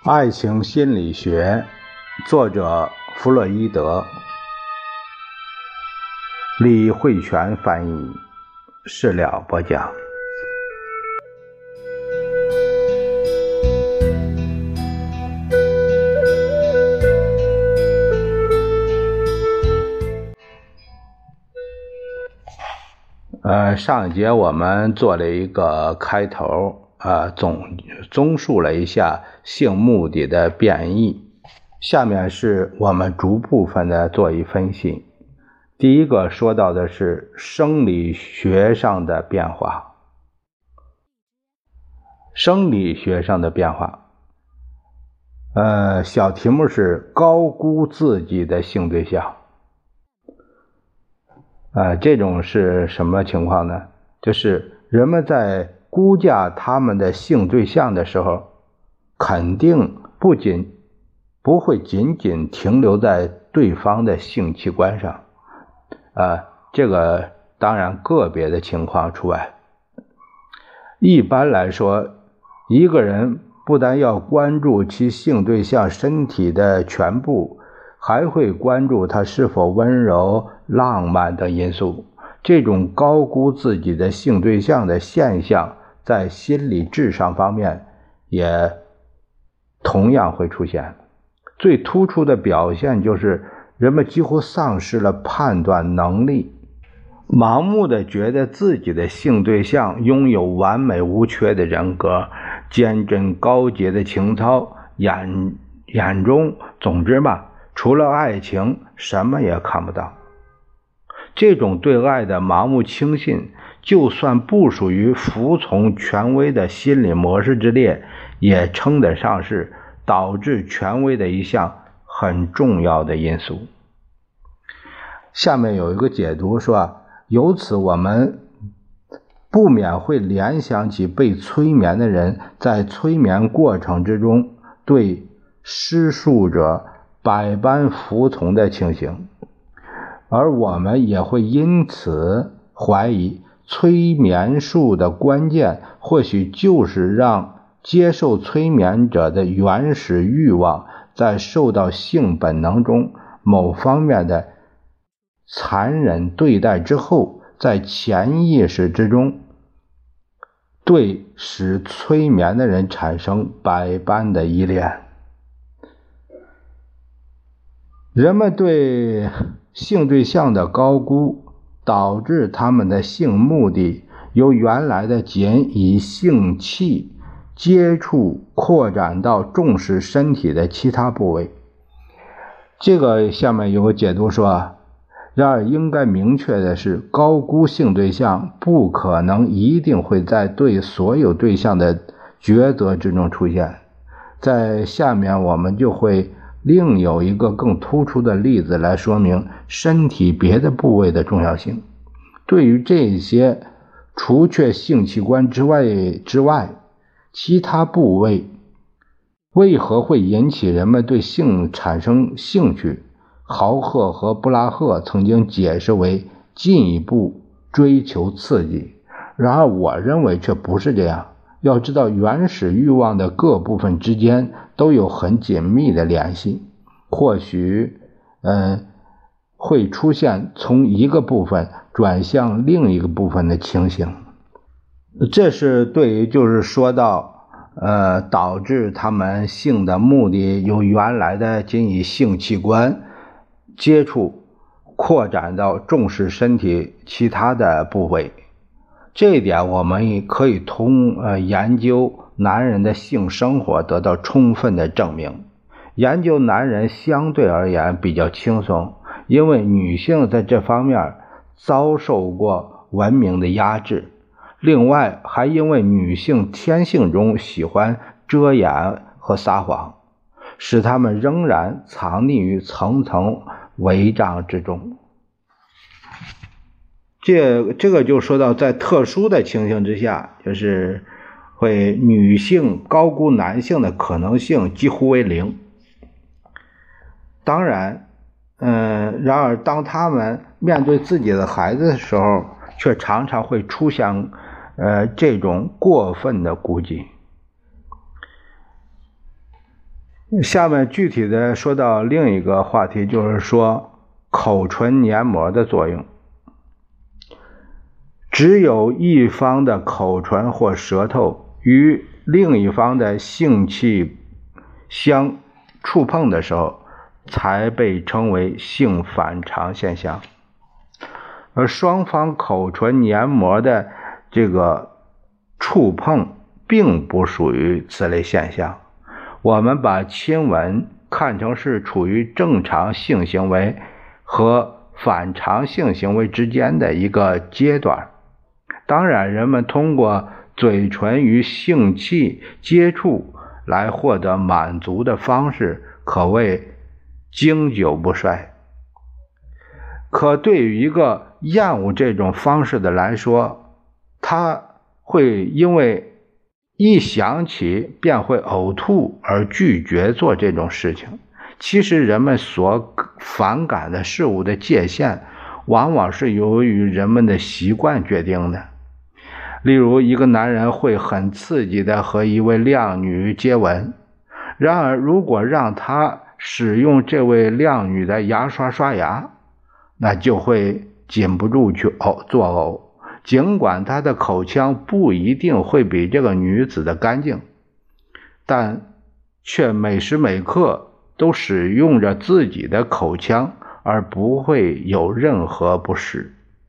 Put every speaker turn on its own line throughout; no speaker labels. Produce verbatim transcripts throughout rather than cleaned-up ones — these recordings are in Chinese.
爱情心理学，作者弗洛伊德，李慧泉翻译，事了播讲。呃，上一节我们做了一个开头，呃，总综述了一下性目的的变异。下面是我们逐部分的做一分析。第一个说到的是生理学上的变化。生理学上的变化，呃，小题目是高估自己的性对象。呃，这种是什么情况呢？就是人们在估价他们的性对象的时候，肯定不仅不会仅仅停留在对方的性器官上，呃，这个当然个别的情况除外。一般来说，一个人不但要关注其性对象身体的全部，还会关注他是否温柔、浪漫等因素。这种高估自己的性对象的现象，在心理智商方面也同样会出现。最突出的表现就是人们几乎丧失了判断能力，盲目地觉得自己的性对象拥有完美无缺的人格、坚贞高洁的情操，眼眼中总之吧，除了爱情什么也看不到。这种对爱的盲目轻信，就算不属于服从权威的心理模式之列，也称得上是导致权威的一项很重要的因素。下面有一个解读说，由此我们不免会联想起被催眠的人在催眠过程之中对施术者百般服从的情形，而我们也会因此怀疑催眠术的关键或许就是让接受催眠者的原始欲望在受到性本能中某方面的残忍对待之后，在潜意识之中对使催眠的人产生百般的依恋。人们对性对象的高估，导致他们的性目的由原来的仅以性器接触扩展到重视身体的其他部位。这个下面有个解读说，然而应该明确的是，高估性对象不可能一定会在对所有对象的抉择之中出现。在下面我们就会另有一个更突出的例子来说明身体别的部位的重要性。对于这些除却性器官之外之外，其他部位为何会引起人们对性产生兴趣？豪赫和布拉赫曾经解释为进一步追求刺激，然而我认为却不是这样。要知道，原始欲望的各部分之间都有很紧密的联系，或许嗯、呃，会出现从一个部分转向另一个部分的情形。这是对于就是说到呃，导致他们性的目的由原来的仅以性器官接触扩展到重视身体其他的部位。这一点我们也可以通呃研究男人的性生活得到充分的证明。研究男人相对而言比较轻松，因为女性在这方面遭受过文明的压制，另外还因为女性天性中喜欢遮掩和撒谎，使她们仍然藏匿于层层围障之中。这这个就说到，在特殊的情形之下，就是会女性高估男性的可能性几乎为零。当然，嗯，然而当他们面对自己的孩子的时候，却常常会出现呃这种过分的估计。 下面具体的说到另一个话题，就是说口唇黏膜的作用。只有一方的口唇或舌头与另一方的性器相触碰的时候，才被称为性反常现象。而双方口唇黏膜的这个触碰并不属于此类现象。我们把亲吻看成是处于正常性行为和反常性行为之间的一个阶段。当然，人们通过嘴唇与性器接触来获得满足的方式可谓经久不衰。可对于一个厌恶这种方式的来说，他会因为一想起便会呕吐而拒绝做这种事情。其实人们所反感的事物的界限往往是由于人们的习惯决定的。例如，一个男人会很刺激地和一位靓女接吻，然而如果让他使用这位靓女的牙刷刷牙，那就会禁不住去呕作呕，尽管他的口腔不一定会比这个女子的干净，但却每时每刻都使用着自己的口腔，而不会有任何不适。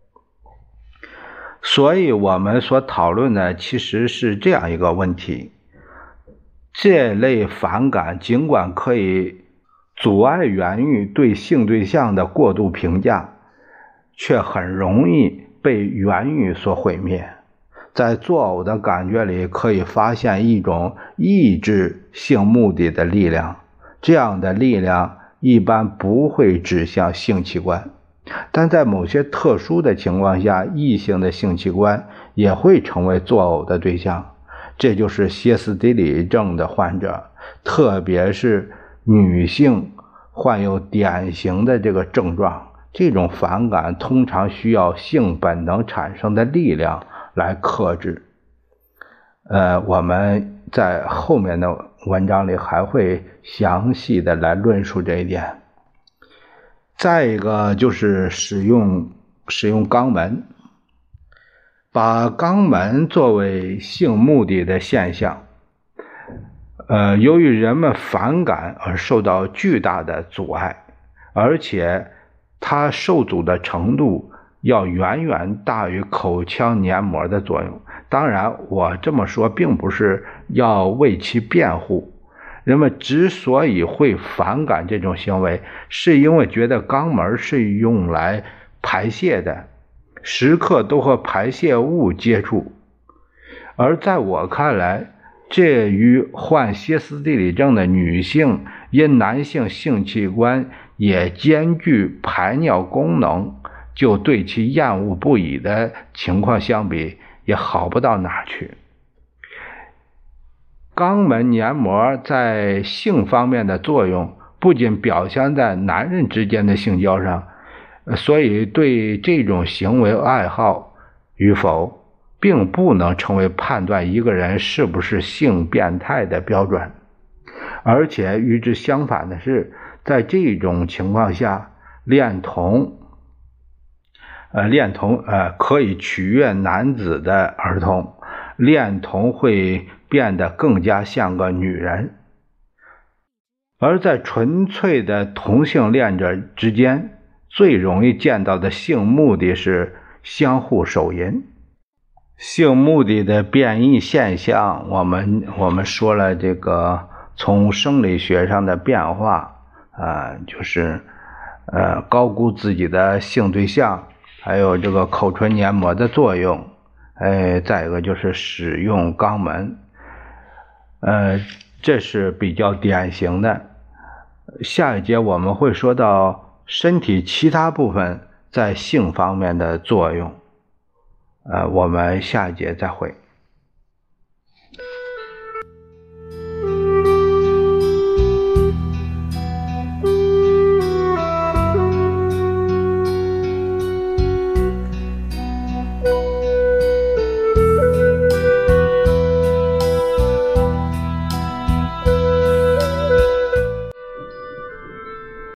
所以我们所讨论的其实是这样一个问题：这类反感尽管可以阻碍原欲对性对象的过度评价，却很容易被原欲所毁灭。在作呕的感觉里可以发现一种抑制性目的的力量，这样的力量一般不会指向性器官，但在某些特殊的情况下，异性的性器官也会成为作呕的对象。这就是歇斯底里症的患者，特别是女性患有典型的这个症状。这种反感通常需要性本能产生的力量来克制。呃，我们在后面的文章里还会详细的来论述这一点。再一个就是使用使用肛门，把肛门作为性目的的现象，呃，由于人们反感而受到巨大的阻碍，而且它受阻的程度要远远大于口腔黏膜的作用。当然，我这么说并不是要为其辩护。人们之所以会反感这种行为，是因为觉得肛门是用来排泄的，时刻都和排泄物接触。而在我看来，这与患歇斯底里症的女性因男性性器官也兼具排尿功能，就对其厌恶不已的情况相比，也好不到哪儿去。肛门黏膜在性方面的作用不仅表现在男人之间的性交上，所以对这种行为爱好与否并不能成为判断一个人是不是性变态的标准。而且与之相反的是，在这种情况下，恋童呃，恋童呃可以取悦男子的儿童，恋童会变得更加像个女人。而在纯粹的同性恋者之间，最容易见到的性目的是相互手淫。性目的的变异现象，我们我们说了，这个从生理学上的变化啊、呃，就是呃高估自己的性对象，还有这个口唇黏膜的作用，哎，再一个就是使用肛门，呃，这是比较典型的。下一节我们会说到身体其他部分在性方面的作用，呃，我们下一节再会。